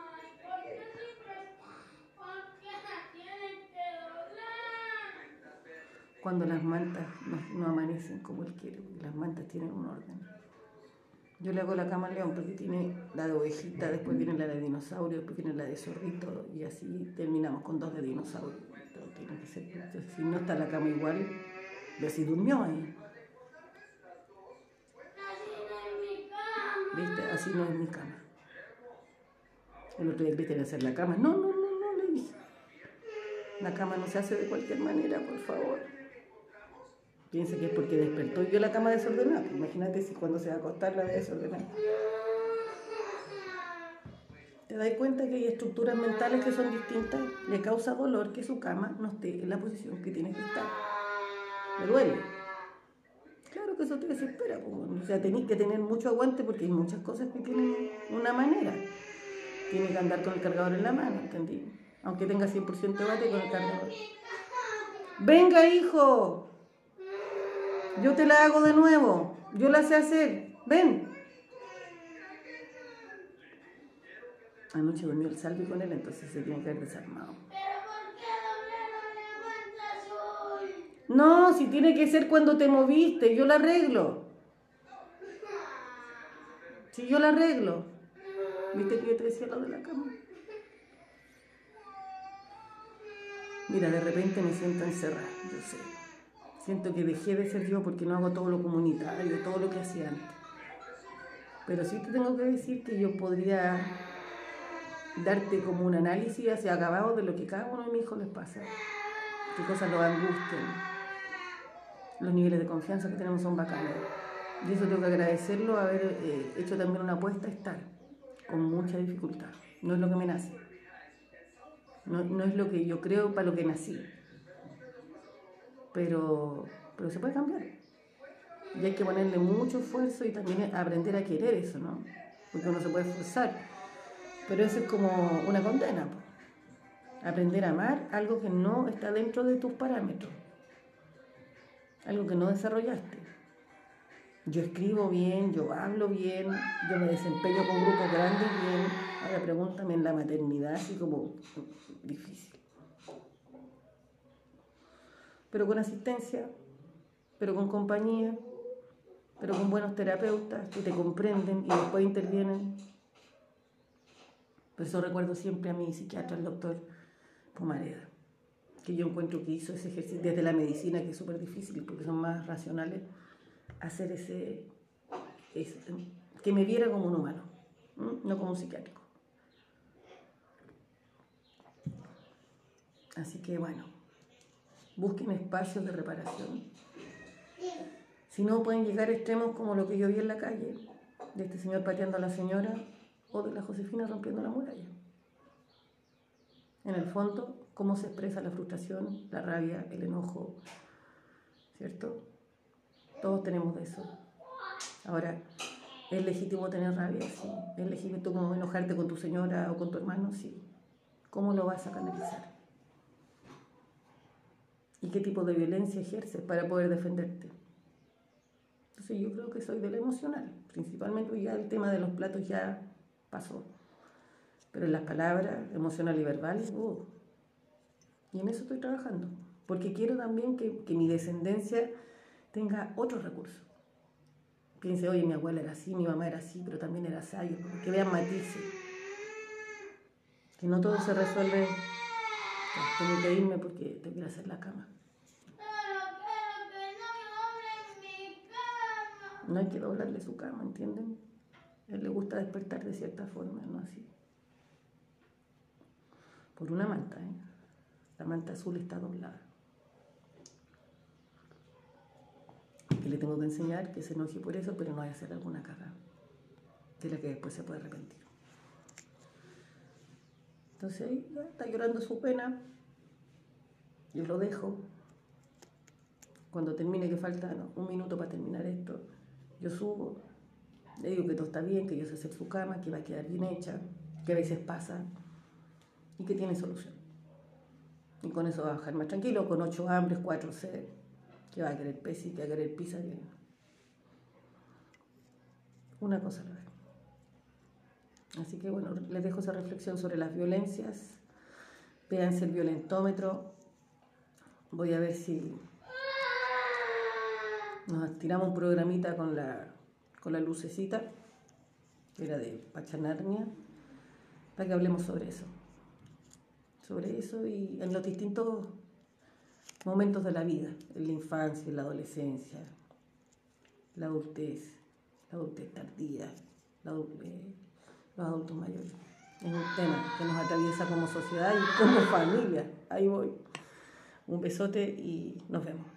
Cuando las mantas no amanecen como él quiere, las mantas tienen un orden. Yo le hago la cama al león porque tiene la de ovejita, después viene la de dinosaurio, después viene la de zorrito, y así terminamos con 2 de dinosaurio. Tiene que ser, entonces, si no está la cama igual, pero si durmió ahí. ¿Viste? Así no es mi cama. El otro día quería hacer la cama. No, le dije. La cama no se hace de cualquier manera, por favor. Piensa que es porque despertó y vio la cama desordenada. Imagínate si cuando se va a acostar la ve desordenada. ¿Te das cuenta que hay estructuras mentales que son distintas? Le causa dolor que su cama no esté en la posición que tiene que estar. Le duele. Claro que eso te desespera. O sea, tenés que tener mucho aguante porque hay muchas cosas que tienen una manera. Tiene que andar con el cargador en la mano, ¿entendí? Aunque tenga 100% de bate con el cargador. ¡Venga, hijo! Yo te la hago de nuevo. Yo la sé hacer. ¡Ven! Anoche durmió el Salvi con él, entonces se tiene que haber desarmado. ¿Pero por qué doblaron la manta azul? No, si tiene que ser cuando te moviste, yo la arreglo. Si yo la arreglo. ¿Viste que yo te decía lo de la cama? Mira, de repente me siento encerrada, yo sé. Siento que dejé de ser yo porque no hago todo lo comunitario, todo lo que hacía antes. Pero sí te tengo que decir que yo podría darte como un análisis hacia acabado de lo que cada uno de mis hijos les pasa. Qué cosas los angustian. Los niveles de confianza que tenemos son bacanos. Y eso tengo que agradecerlo, haber hecho también una apuesta a estar con mucha dificultad. No es lo que me nace. No es lo que yo creo para lo que nací. Pero se puede cambiar. Y hay que ponerle mucho esfuerzo y también aprender a querer eso, ¿no? Porque uno se puede esforzar. Pero eso es como una condena, po. Aprender a amar algo que no está dentro de tus parámetros. Algo que no desarrollaste. Yo escribo bien, yo hablo bien, yo me desempeño con grupos grandes bien. Ahora pregúntame en la maternidad, así como difícil. Pero con asistencia, pero con compañía, pero con buenos terapeutas que te comprenden y después intervienen. Por eso recuerdo siempre a mi psiquiatra, el doctor Pomareda, que yo encuentro que hizo ese ejercicio desde la medicina, que es súper difícil porque son más racionales, hacer ese que me viera como un humano, no como un psiquiátrico. Así que bueno, busquen espacios de reparación. Si no, pueden llegar a extremos como lo que yo vi en la calle, de este señor pateando a la señora o de la Josefina rompiendo la muralla. En el fondo, cómo se expresa la frustración, la rabia, el enojo, ¿cierto? Todos tenemos de eso. Ahora, ¿es legítimo tener rabia? Sí. ¿Es legítimo enojarte con tu señora o con tu hermano? Sí. ¿Cómo lo vas a canalizar? ¿Y qué tipo de violencia ejerces para poder defenderte? Entonces yo creo que soy de lo emocional. Principalmente ya el tema de los platos ya pasó. Pero en las palabras, emocional y verbal, y en eso estoy trabajando. Porque quiero también que mi descendencia tenga otros recursos. Piense, oye, mi abuela era así, mi mamá era así, pero también era sabio. Que vean matices. Que no todo se resuelve. Ya, tengo que irme porque tengo que ir a hacer la cama. No hay que doblarle su cama, ¿entienden? A él le gusta despertar de cierta forma, no así. Por una manta, ¿eh? La manta azul está doblada. Que le tengo que enseñar que se enoje por eso, pero no vaya a hacer alguna cagada de la que después se puede arrepentir. Entonces ahí ya está llorando su pena. Yo lo dejo. Cuando termine, que falta un minuto para terminar esto, yo subo. Le digo que todo está bien, que yo sé hacer su cama, que va a quedar bien hecha, que a veces pasa y que tiene solución. Y con eso va a bajar más tranquilo, con 8 hambres, 4 sed, que va a querer pesi, que va a querer pizza, que... Una cosa a la vez. Así que bueno, les dejo esa reflexión sobre las violencias. Véanse el violentómetro. Voy a ver si nos tiramos un programita con la lucecita, que era de Pachanarnia, para que hablemos sobre eso. Sobre eso y en los distintos momentos de la vida, en la infancia, en la adolescencia, la adultez tardía, los adultos mayores. Es un tema que nos atraviesa como sociedad y como familia. Ahí voy. Un besote y nos vemos.